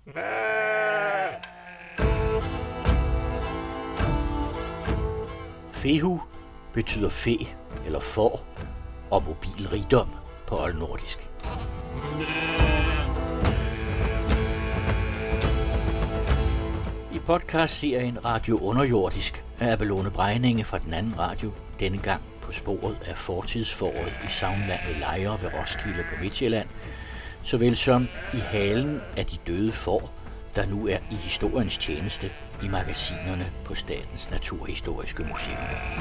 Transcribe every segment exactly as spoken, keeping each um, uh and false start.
Fehu betyder fe eller får og mobil rigdom på oldnordisk. I podcastserien Radio Underjordisk er Abelone Brejninge fra den anden radio denne gang på sporet af fortidsforåret i sagnlandet Lejre ved Roskilde på Midtjylland, såvel som i halen af de døde får, der nu er i historiens tjeneste i magasinerne på Statens Naturhistoriske Museum.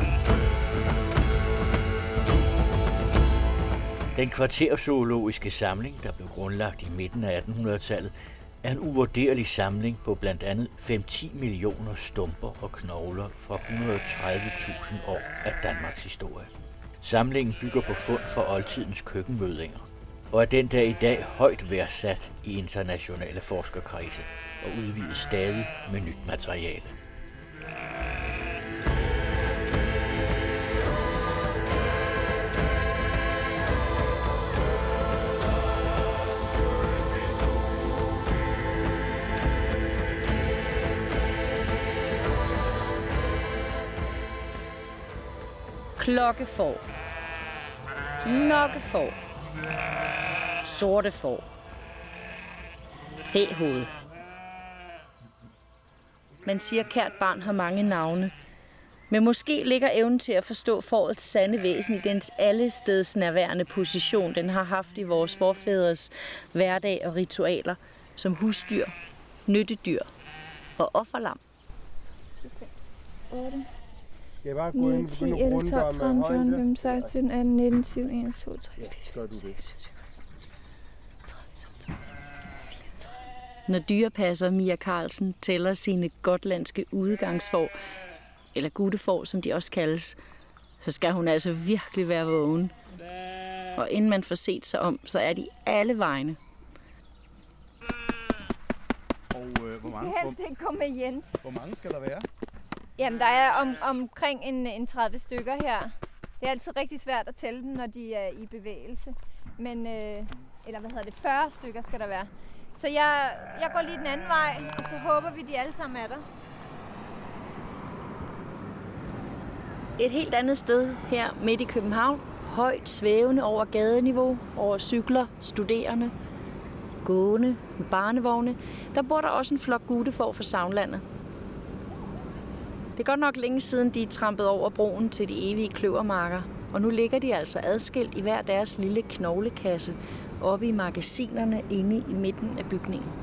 Den kvarterzoologiske samling, der blev grundlagt i midten af attenhundredetallet, er en uvurderlig samling på blandt andet fem til ti millioner stumper og knogler fra et hundrede og tredive tusind år af Danmarks historie. Samlingen bygger på fund fra oldtidens køkkenmøddinger, og er den dag i dag højt værdsat i internationale forskerkredse og udvides stadig med nyt materiale. Klokkefår, nokkefår, sorte får, fæhoved. Man siger, at kært barn har mange navne, men måske ligger evnen til at forstå fårets sande væsen i dens allestedsnærværende position, den har haft i vores forfædres hverdag og ritualer, som husdyr, nyttedyr og offerlam. Skal jeg bare gå ind og begynde at runde om med højde? fem, seksten, atten, nitten, tyve, enogtyve, tredive, fireogtyve, seksogtyve, Når dyrepasser Mia Carlsen tæller sine gotlandske udgangsfår, eller guttefår, som de også kaldes, så skal hun altså virkelig være vågen. Og inden man får set sig om, så er de alle vegne. Og øh, hvor Vi skal mange? helst ikke gå med Jens. Hvor mange skal der være? Jamen, der er om, omkring en, en tredive stykker her. Det er altid rigtig svært at tælle dem, når de er i bevægelse. Men, øh, eller hvad hedder det, fyrre stykker skal der være. Så jeg, jeg går lige den anden vej, og så håber vi, de alle sammen er der. Et helt andet sted her midt i København, højt svævende over gadeniveau, over cykler, studerende, gående, med barnevogne, der bor der også en flok guttefår fra Sagnlandet. Det er godt nok længe siden, de er trampet over broen til de evige kløvermarker, og nu ligger de altså adskilt i hver deres lille knoglekasse oppe i magasinerne inde i midten af bygningen.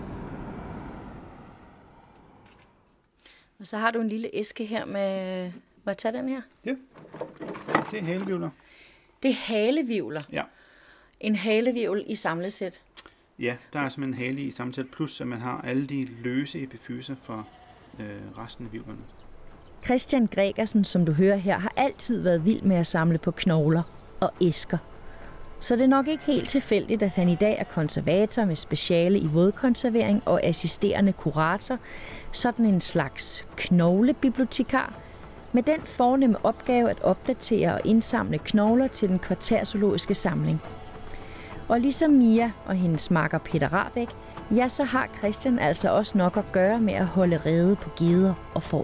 Og så har du en lille æske her med... Må jeg tage den her? Ja, det er halevivler. Det er halevivler? Ja. En halevivl i samlesæt? Ja, der er simpelthen hale i samlet, plus at man har alle de løse epifyser fra øh, resten af vivlerne. Christian Gregersen, som du hører her, har altid været vild med at samle på knogler og æsker. Så det er nok ikke helt tilfældigt, at han i dag er konservator med speciale i vådkonservering og assisterende kurator, sådan en slags knoglebibliotekar, med den fornemme opgave at opdatere og indsamle knogler til den kvarterzoologiske samling. Og ligesom Mia og hendes makker Peter Rahbek, ja, så har Christian altså også nok at gøre med at holde rede på geder og får.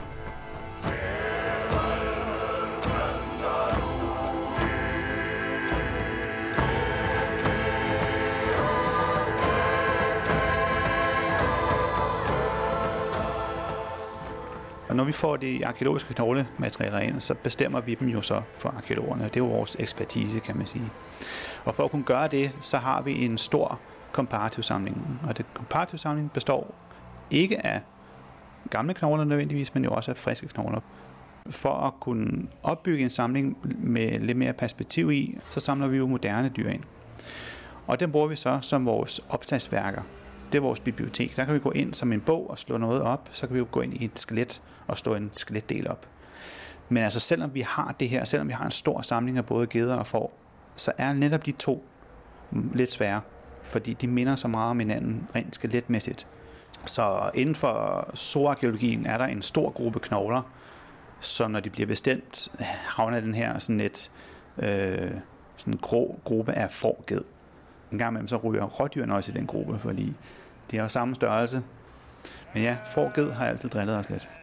Og når vi får de arkæologiske knoglematerialer ind, så bestemmer vi dem jo så for arkæologerne. Det er jo vores ekspertise, kan man sige. Og for at kunne gøre det, så har vi en stor komparativsamling. Og den komparativsamling består ikke af gamle knogler nødvendigvis, men jo også af friske knogler. For at kunne opbygge en samling med lidt mere perspektiv i, så samler vi jo moderne dyr ind. Og den bruger vi så som vores opslagsværker. Det er vores bibliotek. Der kan vi gå ind som en bog og slå noget op. Så kan vi jo gå ind i et skelet og slå en skeletdel op. Men altså selvom vi har det her, selvom vi har en stor samling af både geder og får, så er netop de to lidt svære, fordi de minder så meget om hinanden rent skeletmæssigt. Så inden for zooarkæologien er der en stor gruppe knogler, så når de bliver bestemt, havner den her sådan et øh, sådan en grå gruppe af får-ged. En gang imellem så ryger rådyrene også i den gruppe, fordi de har jo samme størrelse. Men ja, får ged har altid drillet os lidt.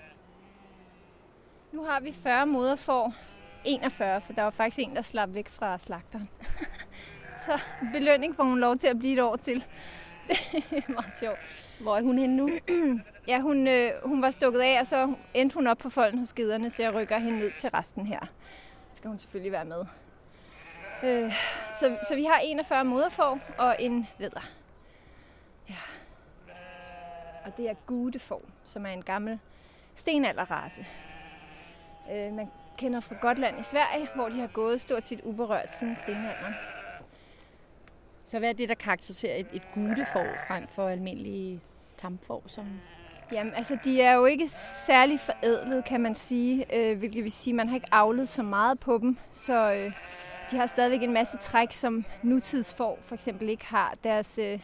Nu har vi fyrre moderfår. enogfyrre, for der var faktisk en, der slap væk fra slagteren. Så belønning får hun lov til at blive et år til. Det er meget sjovt. Hvor er hun henne nu? Ja, hun, øh, hun var stukket af, og så endte hun op på folden hos gederne, så jeg rykker hende ned til resten her. Så skal hun selvfølgelig være med. Øh, så, så vi har enogfyrre moderfår og en vædder. Ja. Og det er gudefår, som er en gammel stenalderrace. Øh, man kender fra Gotland i Sverige, hvor de har gået stort set uberørt siden stenalderen. Så hvad er det, der karakteriserer et, et gudefår frem for almindelige tamfår? Som... Jamen, altså, de er jo ikke særlig forædlet, kan man sige. Øh, hvilket vil sige, man har ikke avlet så meget på dem. Så øh, de har stadigvæk en masse træk, som nutidsfår for eksempel ikke har. Deres øh,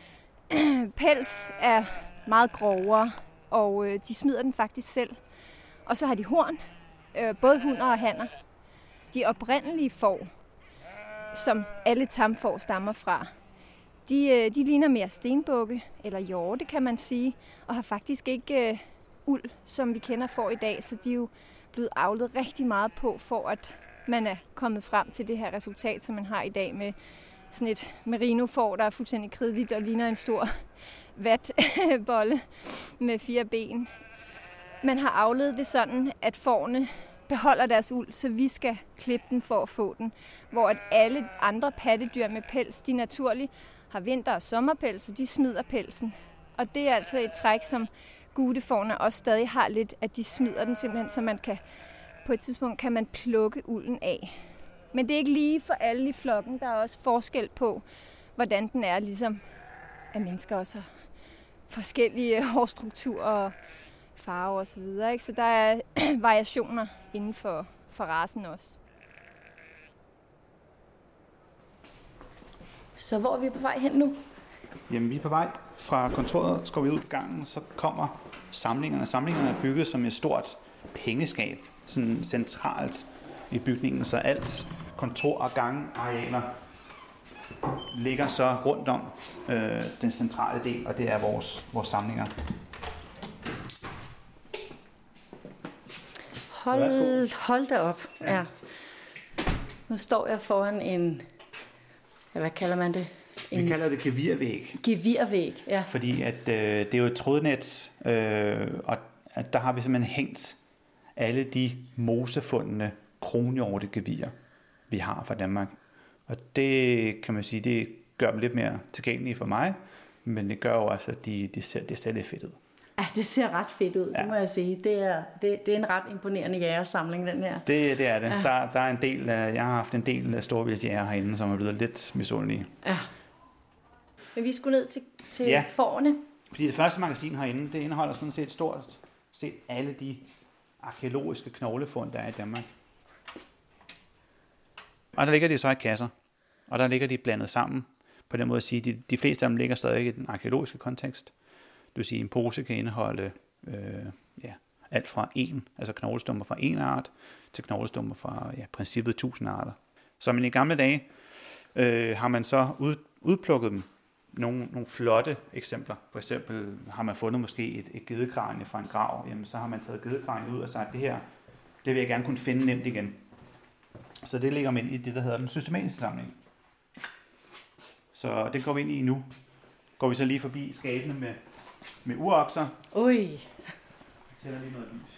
pels er meget grovere, og øh, de smider den faktisk selv. Og så har de horn, øh, både hunder og hanner. De oprindelige får, som alle tamfår stammer fra, de, øh, de ligner mere stenbukke, eller hjorte kan man sige, og har faktisk ikke øh, uld, som vi kender får i dag, så de er jo blevet avlet rigtig meget på, for at man er kommet frem til det her resultat, som man har i dag med sådan et merino-får, der er fuldstændig kridhvidt og ligner en stor vatbolle med fire ben. Man har avlet det sådan, at fårene beholder deres uld, så vi skal klippe den for at få den. Hvor at alle andre pattedyr med pels, de naturligt har vinter- og sommerpels, og de smider pelsen. Og det er altså et træk, som gudefårene også stadig har lidt, at de smider den simpelthen, så man kan, på et tidspunkt kan man plukke ulden af. Men det er ikke lige for alle i flokken. Der er også forskel på, hvordan den er, ligesom at mennesker også har forskellige hårstrukturer og farver og så videre, ikke? Så der er variationer inden for, for racen også. Så hvor er vi på vej hen nu? Jamen, vi er på vej fra kontoret, så går vi ud på gangen, så kommer samlingerne. Samlingerne er bygget som et stort pengeskab, sådan centralt i bygningen, så alt kontor- og gangarealer ligger så rundt om øh, den centrale del, og det er vores, vores samlinger. Hold, hold da op. Ja. Ja. Nu står jeg foran en, hvad kalder man det? En Vi kalder det gevirvæg. Gevirvæg, ja. Fordi at, øh, det er jo et trådnet, øh, og at der har vi simpelthen hængt alle de mosefundne kronhjortegevirer, vi har fra Danmark. Og det kan man sige, det gør dem lidt mere tilgængelige for mig, men det gør jo også, at de, de ser, det ser lidt fedt ud. Ja, det ser ret fedt ud, ja. Det må jeg sige. Det er, det, det er en ret imponerende jægersamling, den her. Det, det er det. Ja. Der, der er en del, jeg har haft en del storvildsjæger herinde, som er blevet lidt misundelige. Ja. Men vi skulle ned til, til ja. fårene. Fordi det første magasin herinde, det indeholder sådan set stort set alle de arkæologiske knoglefund, der er i Danmark. Og der ligger de så i kasser, og der ligger de blandet sammen. På den måde at sige, de, de fleste af dem ligger stadig i den arkæologiske kontekst. Det vil sige, at en pose kan indeholde øh, ja, alt fra en, altså knoglestumper fra en art, til knoglestumper fra ja, princippet tusind arter. Så men i gamle dage øh, har man så ud, udplukket dem. Nogle, nogle flotte eksempler. For eksempel har man fundet måske et, et gedekranie fra en grav. Jamen, så har man taget gedekraniet ud og sagt, det her, det vil jeg gerne kunne finde nemt igen. Så det ligger man i det, der hedder den systematiske samling. Så det går vi ind i nu. Går vi så lige forbi skabene med, med urokser. Ui. Jeg tænder lige noget lys.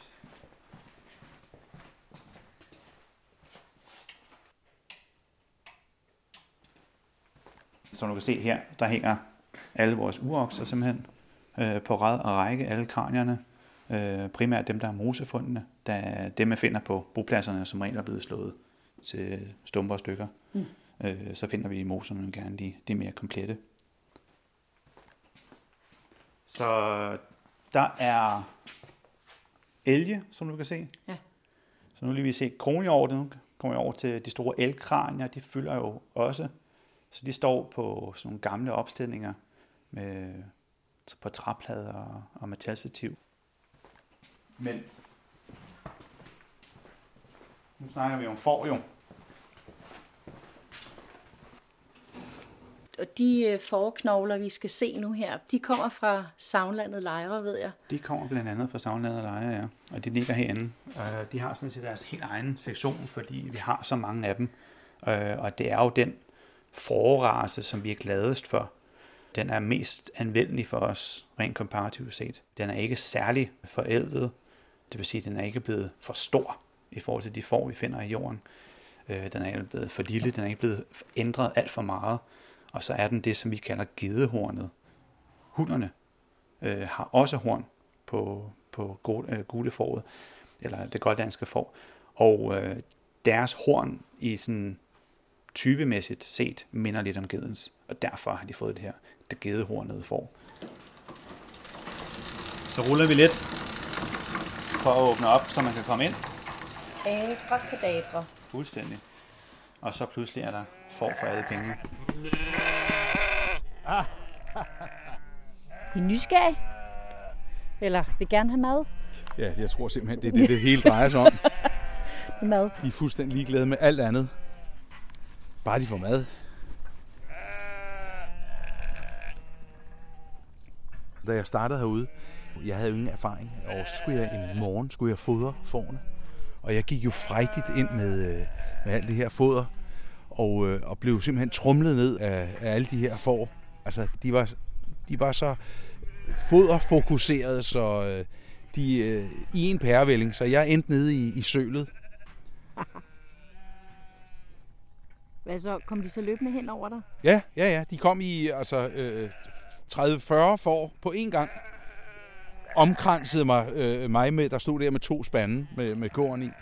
Som du kan se her, der hænger alle vores urokser simpelthen øh, på rad og række, alle kranierne. Øh, primært dem, der er mosefundene, der dem, man finder på bopladserne, som regel er blevet slået til stumper og stykker. Mm. Øh, så finder vi i moserne gerne de, de mere komplette. Så der er elge, som du kan se. Ja. Så nu lige vi se kronhjorte. Nu kommer jeg over til de store elgkranier. De fylder jo også. Så de står på sådan nogle gamle opstillinger med, på træplader og, og metalstativ. Men nu snakker vi om får jo. og de fåreknogler, vi skal se nu her, de kommer fra Sagnlandet Lejre, ved jeg. De kommer blandt andet fra Sagnlandet Lejre, ja. Og de ligger herinde. De har sådan set deres helt egen sektion, fordi vi har så mange af dem. Og det er jo den fårerace, som vi er gladest for. Den er mest anvendelig for os, rent komparativt set. Den er ikke særlig forældet. Det vil sige, at den er ikke blevet for stor i forhold til de får, vi finder i jorden. Den er ikke blevet for lille, den er ikke blevet ændret alt for meget. Og så er den det, som vi kalder gedehornet. Hunderne øh, har også horn på, på gulefåret, eller det gotlandske får. Og øh, deres horn i sådan typemæssigt set minder lidt om gedens. Og derfor har de fået det her, det gedehornede får. Så ruller vi lidt for at åbne op, så man kan komme ind. Abracadabra. Fuldstændig. Og så pludselig er der får for alle pengene. I er nysgerrig? Eller vil gerne have mad? Ja, jeg tror simpelthen, det er det, det hele drejer sig om. Det er mad. De er fuldstændig ligeglade med alt andet. Bare de får mad. Da jeg startede herude, jeg havde ingen erfaring, og så skulle jeg en morgen skulle jeg fodre fårene. Og jeg gik jo frejdigt ind med, med alt det her foder, og, og blev simpelthen tromlet ned af, af alle de her får. Altså, de var, de var så foderfokuserede, så de i en pærevælling, så jeg endte nede i, i sølet. Hvad så? Kom de så løbende hen over dig? Ja, ja, ja. De kom i altså øh, tredive fyrre får på én gang. Omkransede mig, øh, mig med, der stod der med to spande med, med korn i.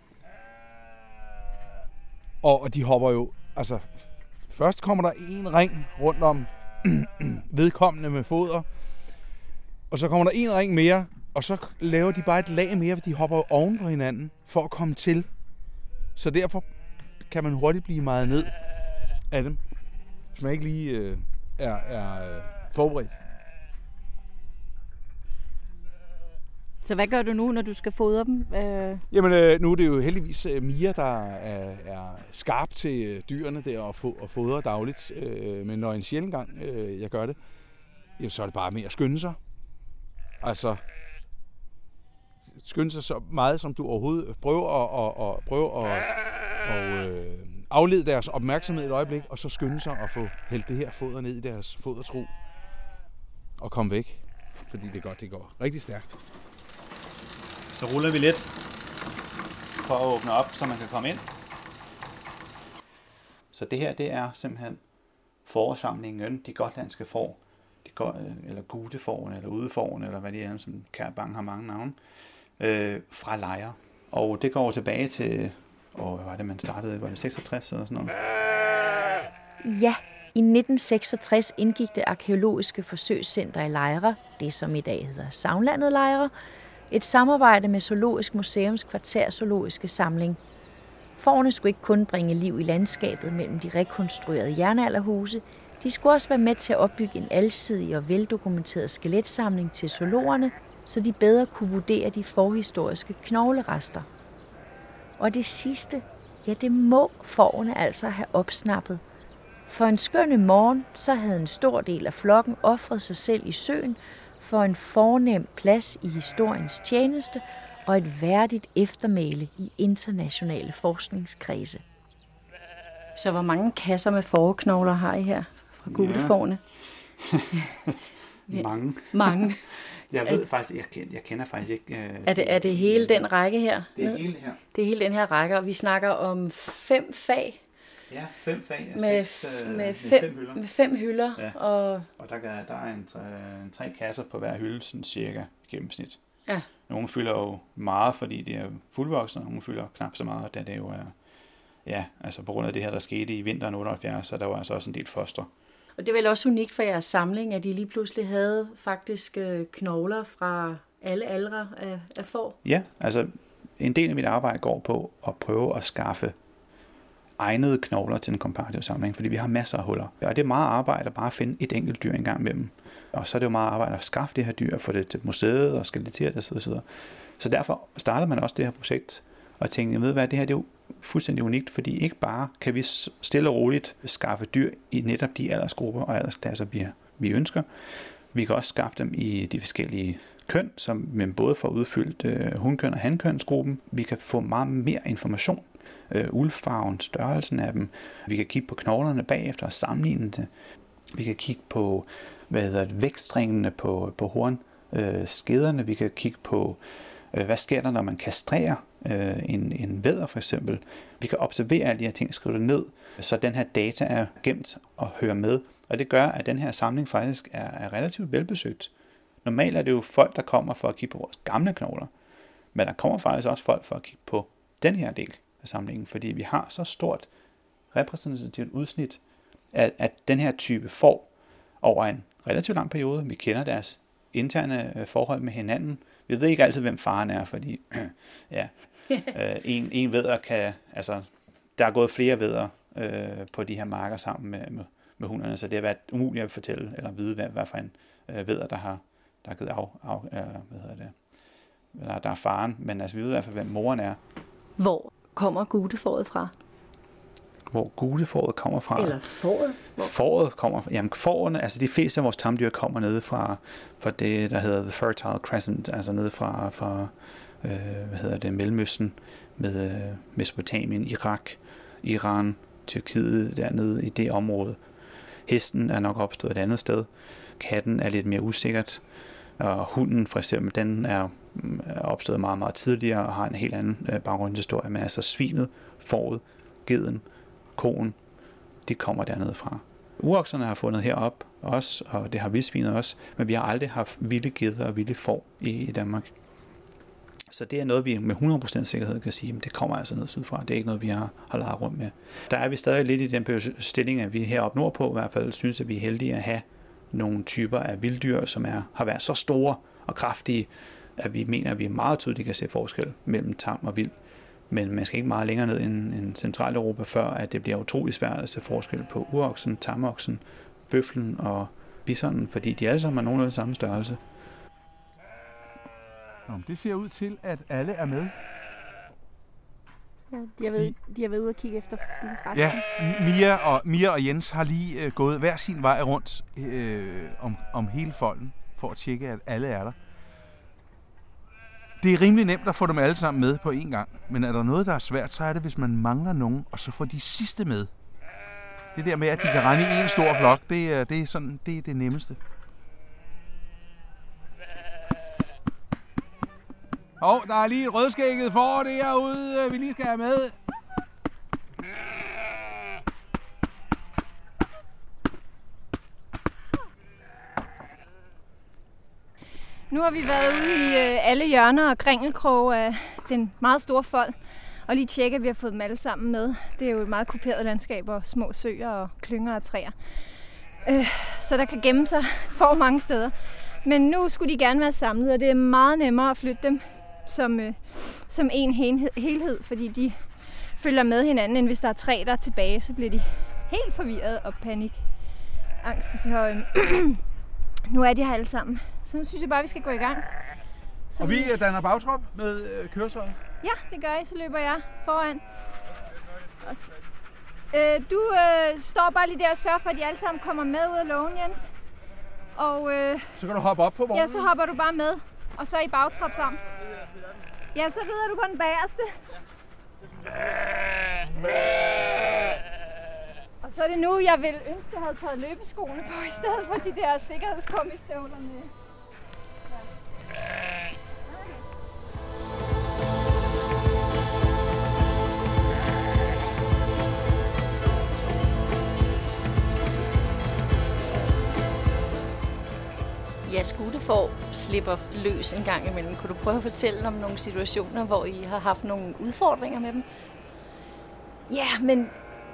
Og, og de hopper jo, altså først kommer der en ring rundt om vedkommende med foder, og så kommer der en ring mere, og så laver de bare et lag mere, for de hopper oven på hinanden for at komme til. Så derfor kan man hurtigt blive meget ned af dem, hvis man ikke lige øh, er, er øh, forberedt. Så hvad gør du nu, når du skal fodre dem? Øh... Jamen, øh, nu er det jo heldigvis øh, Mia, der er, er skarp til øh, dyrene der og, fo- og fodre dagligt. Øh, men når en sjældent gang øh, jeg gør det, jamen, så er det bare med at skynde sig. Altså, skynde sig så meget, som du overhovedet prøver at, og, og, prøve at og, øh, aflede deres opmærksomhed et øjeblik, og så skynde sig at få hældt det her foder ned i deres fodertro og komme væk. Fordi det går, det går rigtig stærkt. Så ruller vi lidt for at åbne op, så man kan komme ind. Så det her, det er simpelthen fåresamlingen, de gotlandske får, de go- eller gudefårene, eller udefårene, eller hvad de er, som Kær Bang har mange navne, øh, fra Lejre. Og det går tilbage til, og hvad var det, man startede, var det seksogtres eller sådan noget? Ja, i nitten seksogtres indgik det arkæologiske forsøgscenter i Lejre, det som i dag hedder Sagnlandet Lejre, et samarbejde med Zoologisk Museums kvartærzoologiske samling. Fårene skulle ikke kun bringe liv i landskabet mellem de rekonstruerede jernalderhuse, de skulle også være med til at opbygge en alsidig og veldokumenteret skeletsamling til zoologerne, så de bedre kunne vurdere de forhistoriske knoglerester. Og det sidste, ja, det må fårene altså have opsnappet. For en skønne morgen, så havde en stor del af flokken ofret sig selv i søen for en fornem plads i historiens tjeneste og et værdigt eftermæle i internationale forskningskredse. Så hvor mange kasser med fåreknogler har I her fra gulefårene? Ja. Mange. Mange. Jeg ved faktisk, jeg kender, jeg kender faktisk ikke... Øh, er, det, er det hele den række her? Det er hele her. Det er hele den her række, og vi snakker om fem fag. Ja, fem fag. Med, seks, øh, med, med fem, fem hylder. Med fem hylder. Ja. Og, og der, der er en, en tre kasser på hver hylde, sådan cirka gennemsnit. Ja. Nogle fylder jo meget, fordi de er fuldvoksne, og nogle fylder knap så meget, da det jo er... Ja, altså på grund af det her, der skete i vinteren otteoghalvfjerds, så der var altså også en del foster. Og det er vel også unikt for jeres samling, at I lige pludselig havde faktisk knogler fra alle aldre af, af får? Ja, altså en del af mit arbejde går på at prøve at skaffe egnede knogler til en komparativ samling, fordi vi har masser af huller. Og det er meget arbejde at bare finde et enkelt dyr en gang imellem. Og så er det jo meget arbejde at skaffe det her dyr, få det til museet og skeletere det osv. Så derfor startede man også det her projekt og tænkte, jeg ved hvad, det her det er jo fuldstændig unikt, fordi ikke bare kan vi stille og roligt skaffe dyr i netop de aldersgrupper og aldersklasser, vi, vi ønsker. Vi kan også skaffe dem i de forskellige køn, som man både får udfyldt øh, hunkøn og hankønsgruppen. Vi kan få meget mere information. Øh, uldfarven, størrelsen af dem. Vi kan kigge på knoglerne bagefter og sammenligne det. Vi kan kigge på hvad hedder det, vækstringene på, på horn, øh, skederne. Vi kan kigge på, øh, hvad sker der, når man kastrerer øh, en, en vædder for eksempel. Vi kan observere alle de her ting, skrive det ned, så den her data er gemt og hører med. Og det gør, at den her samling faktisk er, er relativt velbesøgt. Normalt er det jo folk, der kommer for at kigge på vores gamle knogler, men der kommer faktisk også folk for at kigge på den her del af samlingen, fordi vi har så stort repræsentativt udsnit af, af den her type får over en relativt lang periode. Vi kender deres interne forhold med hinanden. Vi ved ikke altid, hvem faren er, fordi ja, en, en vædder kan, altså, der er gået flere vædder øh, på de her marker sammen med, med, med hunderne, så det har været umuligt at fortælle eller vide, hvad, hvad for en øh, vædder, der har, der har givet af, af øh, hvad hedder det, eller der er faren, men altså, vi ved i hvert fald, hvem moren er. Hvor kommer gudefåret fra? Hvor gudefåret kommer fra? Eller fåret? Hvor? Fåret kommer fra, jamen fårene, altså de fleste af vores tamdyr kommer nede fra, fra det, der hedder The Fertile Crescent, altså nede fra, fra øh, hvad hedder det, Mellemøsten, med øh, Mesopotamien, Irak, Iran, Tyrkiet, dernede i det område. Hesten er nok opstået et andet sted. Katten er lidt mere usikkert. Og hunden for eksempel, den er opstået meget, meget tidligere og har en helt anden øh, baggrundshistorie. Men altså svinet, fåret, geden, koen, de kommer dernede fra. Urokserne har fundet herop også, og det har vildsvinet også, men vi har aldrig haft vilde geder og vilde får i, i Danmark. Så det er noget, vi med hundrede procent sikkerhed kan sige, men det kommer altså ned sydfra. Det er ikke noget, vi har, har leget rundt med. Der er vi stadig lidt i den stilling, at vi heroppe nordpå i hvert fald synes, at vi er heldige at have nogle typer af vilddyr, som er, har været så store og kraftige, at vi mener, at vi meget tydeligt kan se forskel mellem tam og vild. Men man skal ikke meget længere ned end, end Centraleuropa, før at det bliver utrolig svært at se forskel på uroksen, tamoksen, bøflen og bisonen, fordi de alle sammen er nogenlunde samme størrelse. Det ser ud til, at alle er med. Ja, de har været, de har været ude og kigge efter de resten. Ja, Mia og, Mia og Jens har lige øh, gået hver sin vej rundt øh, om, om hele folden, for at tjekke, at alle er der. Det er rimelig nemt at få dem alle sammen med på én gang, men er der noget, der er svært, så er det, hvis man mangler nogen, og så får de sidste med. Det der med, at de kan rende i en stor flok, det er, det er, sådan, det, er det nemmeste. Åh, oh, der er lige et rødskægget for det herude, vi lige skal have med. Nu har vi været ude i øh, alle hjørner og kringelkroge af den meget store fold, og lige tjekke, at vi har fået dem alle sammen med. Det er jo et meget kuperet landskab og små søer og klynger og træer. Øh, så der kan gemme sig for mange steder. Men nu skulle de gerne være samlet, og det er meget nemmere at flytte dem som, øh, som en helhed, fordi de følger med hinanden, end hvis der er tre, der er tilbage, så bliver de helt forvirret og panik. Angst. Så, øh, nu er de her alle sammen. Så nu synes jeg bare, vi skal gå i gang. Så og vi danner bagtrop med øh, køretøjet? Ja, det gør jeg. Så løber jeg foran. Og så, øh, du øh, står bare lige der og sørger for, at de alle sammen kommer med ud af lågen, Jens. Og, øh, så kan du hoppe op på vognen? Ja, så hopper du bare med. Og så i bagtrop sammen. Ja, så rider du på den bagerste. Og så er det nu, jeg vil ønske, at jeg havde taget løbeskoene på, i stedet for de der sikkerhedsgummistøvler med. Ja, skutefår slipper løs en gang imellem. Kunne du prøve at fortælle om nogle situationer, hvor I har haft nogle udfordringer med dem? Ja, men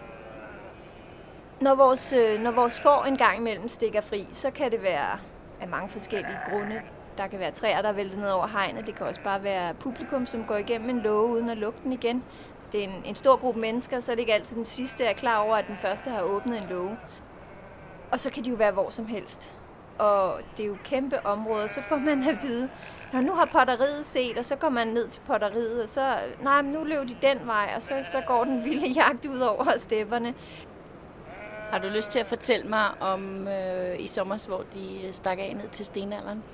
når vores, når vores får en gang imellem stikker fri, så kan det være af mange forskellige grunde. Der kan være træer, der er væltet ned over hegnet. Det kan også bare være publikum, som går igennem en låge uden at lukke den igen. Hvis det er en, en stor gruppe mennesker, så er det ikke altid den sidste er klar over, at den første har åbnet en låge. Og så kan de jo være hvor som helst. og det er jo kæmpe områder, så får man at vide, når nu har potteriet set, og så går man ned til potteriet, og så, nej, men nu løber de den vej, og så, så går den vilde jagt ud over stepperne. Har du lyst til at fortælle mig om øh, i sommer, hvor de stak af ned til stenalderen?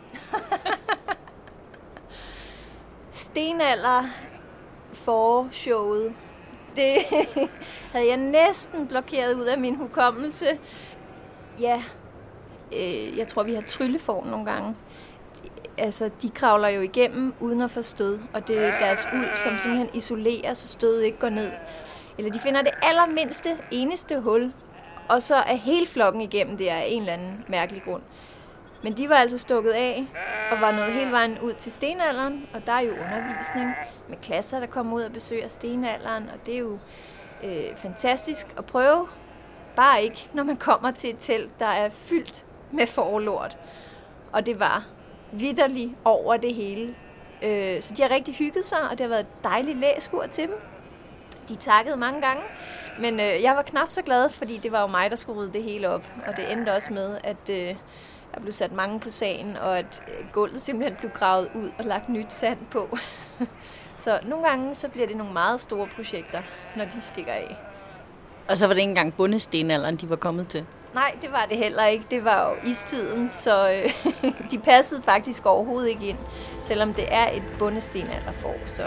Stenalder forshowet, det havde jeg næsten blokeret ud af min hukommelse. Ja, øh, jeg tror, vi har trylleform nogle gange. Altså, de kravler jo igennem uden at få stød, og det er deres uld, som simpelthen isolerer, så stødet ikke går ned. Eller de finder det allermindste, eneste hul, og så er hele flokken igennem det af en eller anden mærkelig grund. Men de var altså stukket af og var nået hele vejen ud til stenalderen, og der er jo undervisning med klasser, der kommer ud og besøger stenalderen, og det er jo øh, fantastisk at prøve. Bare ikke, når man kommer til et telt, der er fyldt med forlort. Og det var vitterligt over det hele. Øh, så de har rigtig hygget sig, og det har været et dejligt læskur til dem. De takkede mange gange, men øh, jeg var knap så glad, fordi det var jo mig, der skulle rydde det hele op. Og det endte også med, at øh, der blev sat mange på sagen, og at øh, gulvet simpelthen blev gravet ud og lagt nyt sand på. Så nogle gange så bliver det nogle meget store projekter, når de stikker af. Og så var det ikke engang bundestenalderen, de var kommet til? Nej, det var det heller ikke. Det var jo istiden, så øh, de passede faktisk overhovedet ikke ind, selvom det er et bundestenalderfor. Så.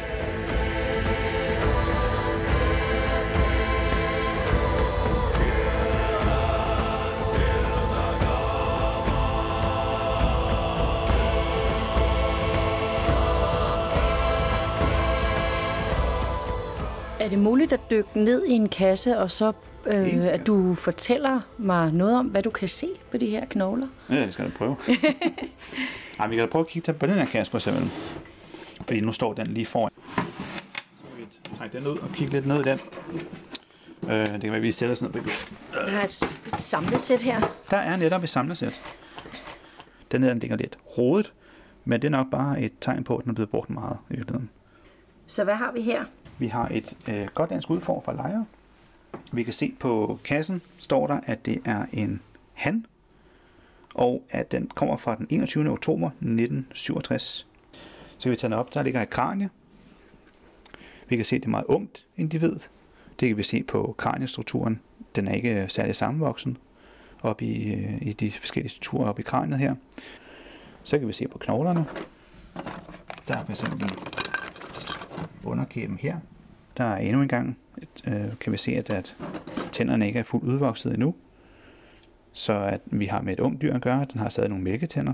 Er det muligt at dykke ned i en kasse, og så øh, at du fortæller mig noget om, hvad du kan se på de her knogler? Ja, det skal jeg prøve. Ej, vi kan da prøve at kigge på den her kasse, for eksempel. Fordi nu står den lige foran. Så kan vi trække den ud og kigge lidt ned i den. Øh, det kan være, at vi sætter os ned på det. Der er et, et samlesæt her. Der er netop et samlesæt. Den her den ligger lidt rodet, men det er nok bare et tegn på, at den er blevet brugt meget i virkeligheden. Så hvad har vi her? Vi har et øh, godt dansk udform fra Lejre. Vi kan se på kassen, står der, at det er en han, og at den kommer fra den enogtyvende oktober nitten syvogtres. Så kan vi tage den op, der ligger et kranie. Vi kan se, at det er meget ungt individ. Det kan vi se på kraniestrukturen. Den er ikke særlig sammenvoksen op i, i de forskellige strukturer op i kraniet her. Så kan vi se på knoglerne. Der er for eksempel underkæben her. Der er endnu en gang, øh, kan vi se, at, at tænderne ikke er fuldt udvokset endnu. Så at vi har med et ungt dyr at gøre. Den har stadig nogle mælketænder.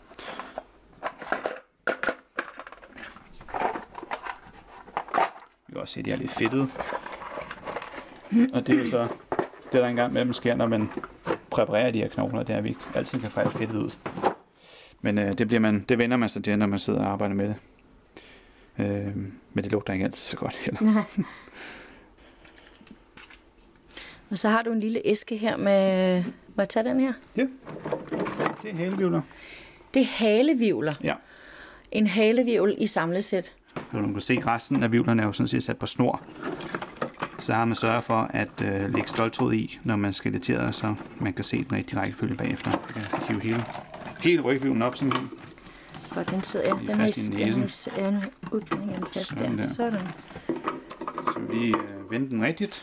Vi kan også se, at de er lidt fedtede. Og det er jo så det, der engang med dem sker, når man præparerer de her knogler, det er, at vi ikke altid kan få alt fedtet ud. Men øh, det, bliver man, det vender man sig til, når man sidder og arbejder med det. Øh, men det lugter ikke altid så godt heller. Og så har du en lille æske her med... Må jeg tage den her? Ja, det er halevivler. Det er halevivler? Ja. En halevivl i samlesæt. Så du kan se, at resten af vivlerne er jo sådan set sat på snor. Så har man sørget for at øh, lægge stoltråd i, når man skeletterer, så man kan se den rigtige rækkefølge bagefter. Man kan hive hele, hele rygvivlen op sådan her. Godt, den sidder jeg. Den fast i næsen. er en udklædning af den fast sådan der. der. Sådan. Så vi lige øh, vende den rigtigt.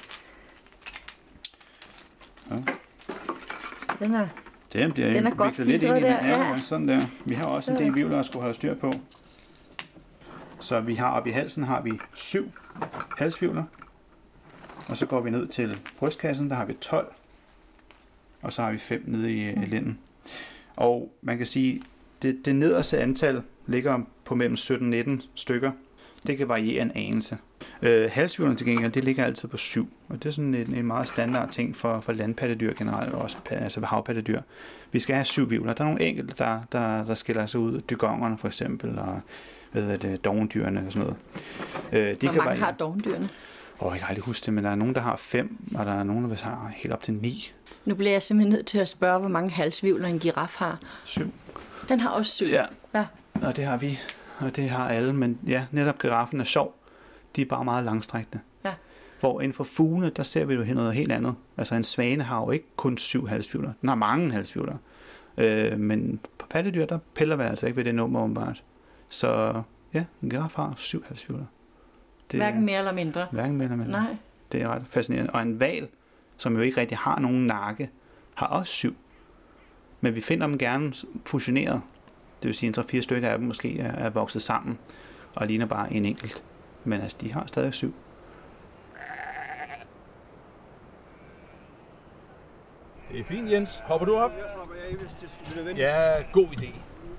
Ja. Den er, den bliver den er godt viklet lidt ind i den. der. Ja, sådan der. Vi har også sådan. en del vivler, at skulle holde styr på. Så vi har oppe i halsen har vi syv halsvivler. Og så går vi ned til brystkassen, der har vi tolv. Og så har vi fem nede i mm. lænden. Og man kan sige, det, det nederste antal ligger på mellem sytten nitten stykker. Det kan variere en anelse. Øh, halsvivlerne til gengæld, det ligger altid på syv. Og det er sådan en, en meget standard ting for, for landpattedyr generelt, og også altså havpattedyr. Vi skal have syv vivler. Der er nogle enkelte, der, der, der skiller sig ud. Dygongerne for eksempel, og hvad det, dovendyrene og sådan noget. Øh, de Hvor kan mange variere. har dovendyrene? Åh, oh, jeg kan aldrig huske det, men der er nogen, der har fem, og der er nogen, der har helt op til ni. Nu bliver jeg simpelthen nødt til at spørge, hvor mange halsvivler en giraf har. Syv. Den har også syv? Ja. Ja. Og det har vi, og det har alle, men ja, netop giraffen er sjov. De er bare meget langstrækkende. Ja. Hvor inden for fuglene, der ser vi jo noget helt andet. Altså en svane har jo ikke kun syv halsvivler. Den har mange halsvivler. Øh, men på pattedyr, der piller vi altså ikke ved det nummer, åbenbart. Så ja, en giraf har syv halsfjulder. Hverken mere eller mindre. Hverken mere eller mindre. Nej. Det er ret fascinerende. Og en hval, som jo ikke rigtig har nogen nakke, har også syv. Men vi finder dem gerne fusioneret. Det vil sige, at tre-fire stykker af dem måske er, er vokset sammen og ligner bare en enkelt. Men altså, de har stadig syv. Det er fint, Jens. Hopper du op? Jeg hopper af, hvis det skal blive nødvendigt. Ja, god idé.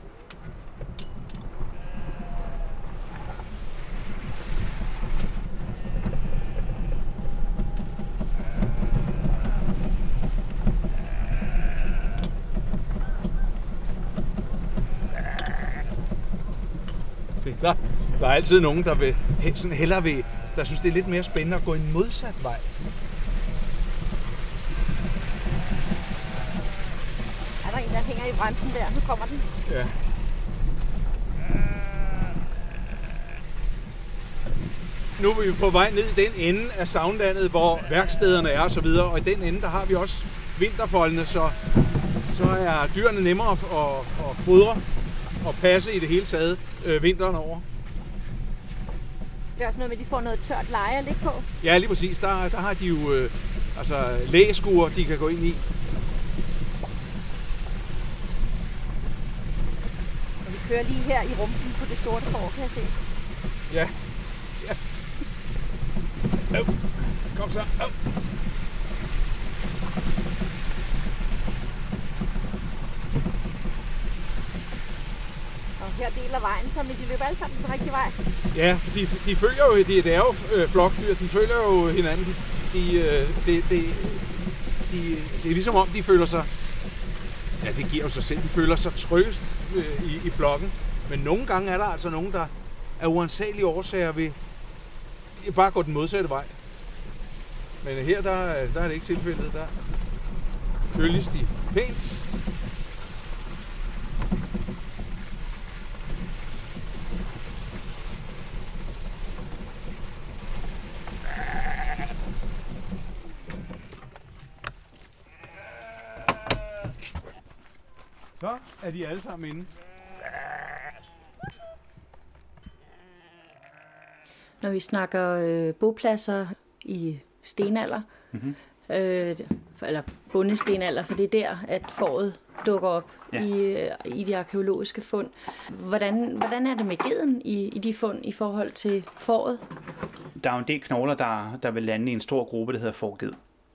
Se, der, der er altid nogen, der vil sådan hellere vil, der synes, det er lidt mere spændende at gå en modsat vej. Er der en, der hænger i bremsen der? Nu kommer den. Ja. Nu er vi på vej ned i den ende af Sagnlandet, hvor værkstederne er og så videre, og i den ende, der har vi også vinterfoldene, så, så er dyrene nemmere at, at, at fodre og passe i det hele taget øh, vinteren over. Det er også noget med, at de får noget tørt leje at ligge på. Ja, lige præcis. Der, der har de jo øh, altså, læskuer, de kan gå ind i. Og vi kører lige her i rumpen på det sorte får, kan jeg se. Ja. Ja. Øv. Kom så. Øv. Og her deler vejen, så de løber alle sammen den rigtige vej. Ja, de, de følger jo, det, det er jo øh, flokdyr, de følger jo hinanden. De, de, øh, det, det, de, det er ligesom om, de føler sig, ja, det giver jo sig selv, de føler sig tryggest øh, i, i flokken. Men nogle gange er der altså nogen, der af uansagelige årsager vil bare gå den modsatte vej. Men her, der, der er det ikke tilfældet. Der følges de pænt. Så er de alle sammen inde. Når vi snakker øh, bopladser i stenalder, mm-hmm. øh, eller bondestenalder, for det er der, at fåret dukker op ja. i, øh, i de arkæologiske fund. Hvordan, hvordan er det med geden i, i de fund i forhold til fåret? Der er jo en del knogler, der, der vil lande i en stor gruppe, der hedder fårged.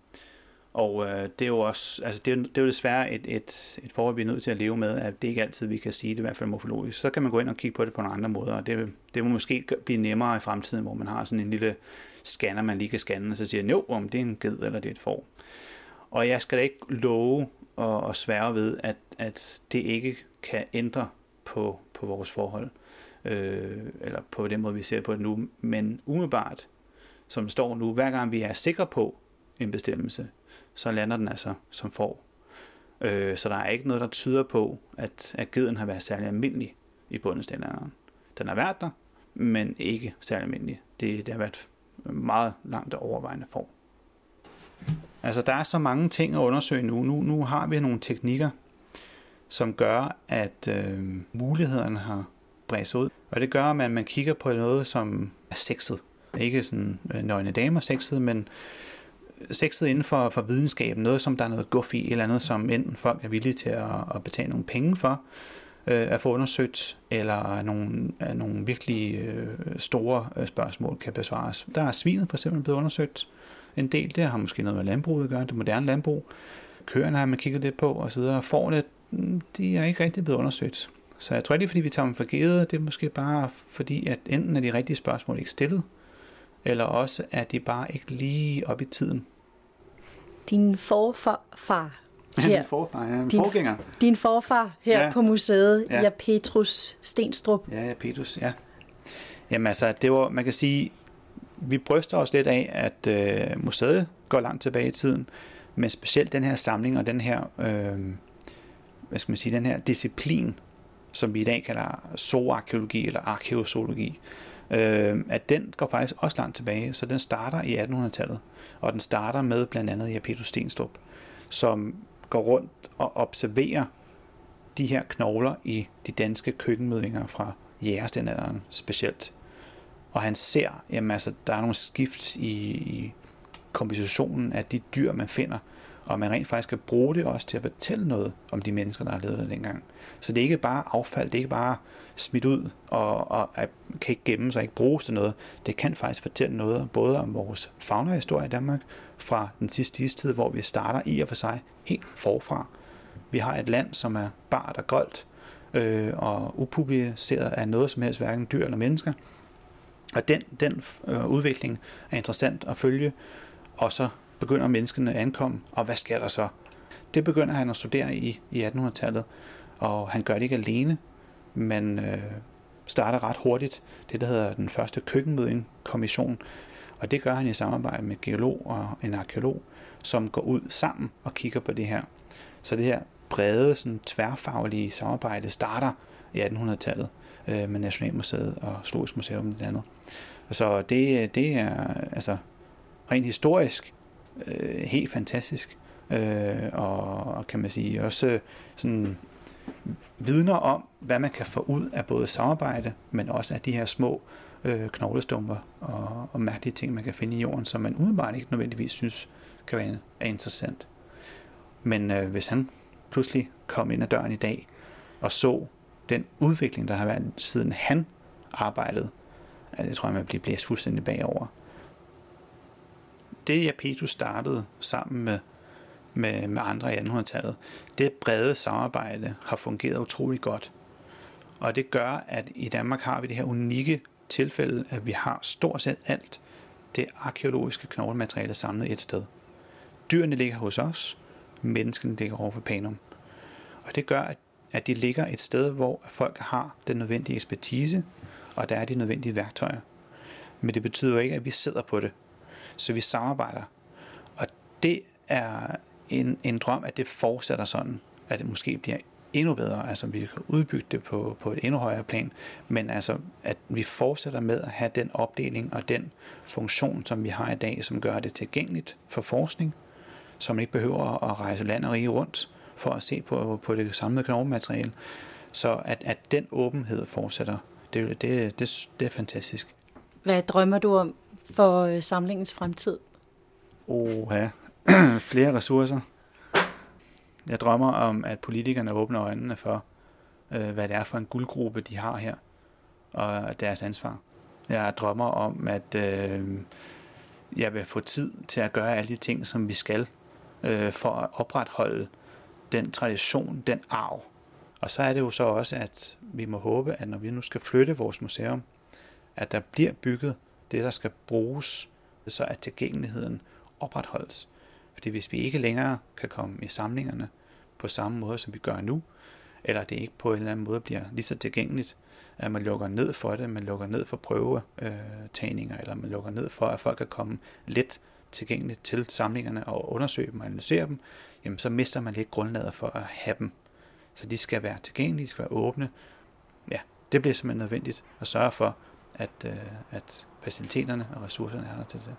Og øh, det er jo også, altså det er, det er jo desværre et, et, et forhold, vi er nødt til at leve med, at det ikke altid, vi kan sige det, i hvert fald morfologisk. Så kan man gå ind og kigge på det på nogle andre måder, og det, det må måske blive nemmere i fremtiden, hvor man har sådan en lille scanner, man lige kan scanne, og så siger, jo, om det er en ged, eller det er et får. Og jeg skal da ikke love og, og svære ved, at, at det ikke kan ændre på, på vores forhold, øh, eller på den måde, vi ser på det nu. Men umiddelbart, som det står nu, hver gang vi er sikre på en bestemmelse, så lander den altså som får. Øh, så der er ikke noget, der tyder på, at, at geden har været særlig almindelig i bondestenalderen. Den har været der, men ikke særlig almindelig. Det, det har været meget langt overvejende får. Altså, der er så mange ting at undersøge nu. Nu, nu har vi nogle teknikker, som gør, at øh, mulighederne har bredt sig ud. Og det gør, at man, man kigger på noget, som er sexet. Ikke sådan øh, nøgne damer sexet, men sexet inden for, for videnskaben, noget som der er noget guf i, eller andet som enten folk er villige til at, at betale nogle penge for øh, at få undersøgt, eller nogle, nogle virkelig øh, store øh, spørgsmål kan besvares. Der er svinet for eksempel blevet undersøgt en del, det har måske noget med landbruget at gøre, det moderne landbrug. Køerne har man kigget lidt på, og så videre. Fårene, de er ikke rigtig blevet undersøgt. Så jeg tror ikke, det er, fordi vi tager dem for givet, det er måske bare fordi, at enten er de rigtige spørgsmål ikke stillet, eller også er de bare ikke lige op i tiden. Din forfar her, din forfar, ja, en din, forgænger. Din forfar her ja. på museet, ja. Ja, Petrus Stenstrup. Ja, ja, Petrus, ja. Jamen altså, det var, man kan sige, vi bryster os lidt af, at øh, museet går langt tilbage i tiden, men specielt den her samling og den her, øh, hvad skal man sige, den her disciplin, som vi i dag kalder zooarkæologi eller arkeozoologi, øh, at den går faktisk også langt tilbage, så den starter i attenhundredetallet, og den starter med blandt andet ja, Petrus Stenstrup, som går rundt og observerer de her knogler i de danske køkkenmøddinger fra jægerstenalderen specielt. Og han ser, jamen altså, der er nogle skift i, i kompositionen af de dyr, man finder, og man rent faktisk kan bruge det også til at fortælle noget om de mennesker, der har levet der dengang. Så det er ikke bare affald, det er ikke bare smidt ud og, og, og kan ikke gemmes og ikke bruges til noget. Det kan faktisk fortælle noget både om vores faunahistorie i Danmark fra den sidste istid, hvor vi starter i og for sig helt forfra. Vi har et land, som er bart og goldt øh, og upubliceret af noget som helst, hverken dyr eller mennesker. Og den, den øh, udvikling er interessant at følge, og så begynder menneskene at ankomme, og hvad sker der så? Det begynder han at studere i, i attenhundredetallet, og han gør det ikke alene, men øh, starter ret hurtigt det, der hedder den første køkkenmødding-kommission, og det gør han i samarbejde med en geolog og en arkæolog, som går ud sammen og kigger på det her. Så det her brede, sådan tværfaglige samarbejde starter i attenhundredetallet øh, med Nationalmuseet og Zoologisk Museum og det andet. Så det, det er altså rent historisk øh, helt fantastisk, øh, og, og kan man sige også øh, sådan vidner om, hvad man kan få ud af både samarbejde, men også af de her små øh, knoglestumper og, og mærkelige ting, man kan finde i jorden, som man umiddelbart ikke nødvendigvis synes kan være er interessant. Men øh, hvis han pludselig kom ind ad døren i dag og så den udvikling, der har været siden han arbejdede, altså jeg tror, man bliver blæst fuldstændig bagover. Det Iapetus startede sammen med, med, med andre i attenhundredetallet, det brede samarbejde har fungeret utrolig godt. Og det gør, at i Danmark har vi det her unikke tilfælde, at vi har stort set alt det arkæologiske knoglemateriale samlet et sted. Dyrene ligger hos os, menneskene ligger over på Panum. Og det gør, at, at de ligger et sted, hvor folk har den nødvendige ekspertise, og der er de nødvendige værktøjer. Men det betyder ikke, at vi sidder på det. Så vi samarbejder. Og det er en, en drøm, at det fortsætter sådan, at det måske bliver endnu bedre. Altså, vi kan udbygge det på, på et endnu højere plan. Men altså, at vi fortsætter med at have den opdeling og den funktion, som vi har i dag, som gør det tilgængeligt for forskning, så man ikke behøver at rejse land og rige rundt for at se på, på det samlede knoglemateriale. Så at, at den åbenhed fortsætter, det, det, det, det er fantastisk. Hvad drømmer du om for samlingens fremtid? Åh, ja. Flere ressourcer. Jeg drømmer om, at politikerne åbner øjnene for, øh, hvad det er for en guldgruppe, de har her, og deres ansvar. Jeg drømmer om, at øh, jeg vil få tid til at gøre alle de ting, som vi skal, øh, for at opretholde den tradition, den arv. Og så er det jo så også, at vi må håbe, at når vi nu skal flytte vores museum, at der bliver bygget det, der skal bruges, så at tilgængeligheden opretholdes. Fordi hvis vi ikke længere kan komme i samlingerne på samme måde, som vi gør nu, eller det ikke på en eller anden måde bliver lige så tilgængeligt, at man lukker ned for det, man lukker ned for prøvetagninger, eller man lukker ned for, at folk kan komme let tilgængeligt til samlingerne og undersøge dem og analysere dem, jamen så mister man lidt grundlaget for at have dem. Så de skal være tilgængelige, de skal være åbne. Ja, det bliver simpelthen nødvendigt at sørge for, at, øh, at faciliteterne og ressourcerne er der til det.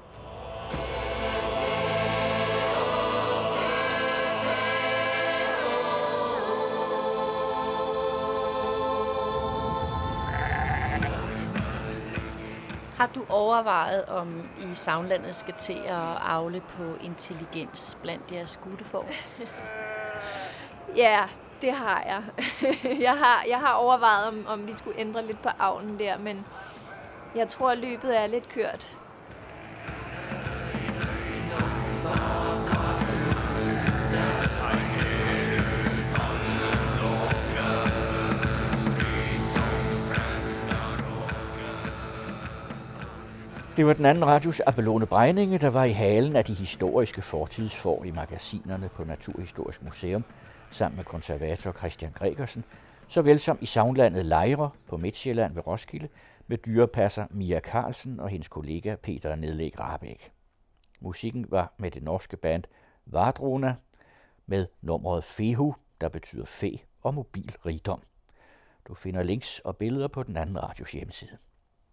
Har du overvejet, om I Sagnlandet skal til at avle på intelligens blandt jeres guttefolk? Ja, det har jeg. jeg, har, jeg har overvejet, om, om vi skulle ændre lidt på avlen der, men jeg tror, at løbet er lidt kørt. Det var den anden radios Abelone Breininge, der var i halen af de historiske fortidsfor i magasinerne på Naturhistorisk Museum, sammen med konservator Christian Gregersen, såvel som i Sagnlandet Lejre på Midtsjælland ved Roskilde, med dyrepasser Mia Carlsen og hendes kollega Peter Nedlæg Rahbek. Musikken var med det norske band Vardrona, med nummeret Fehu, der betyder fe og mobil rigdom. Du finder links og billeder på den anden radios hjemmeside.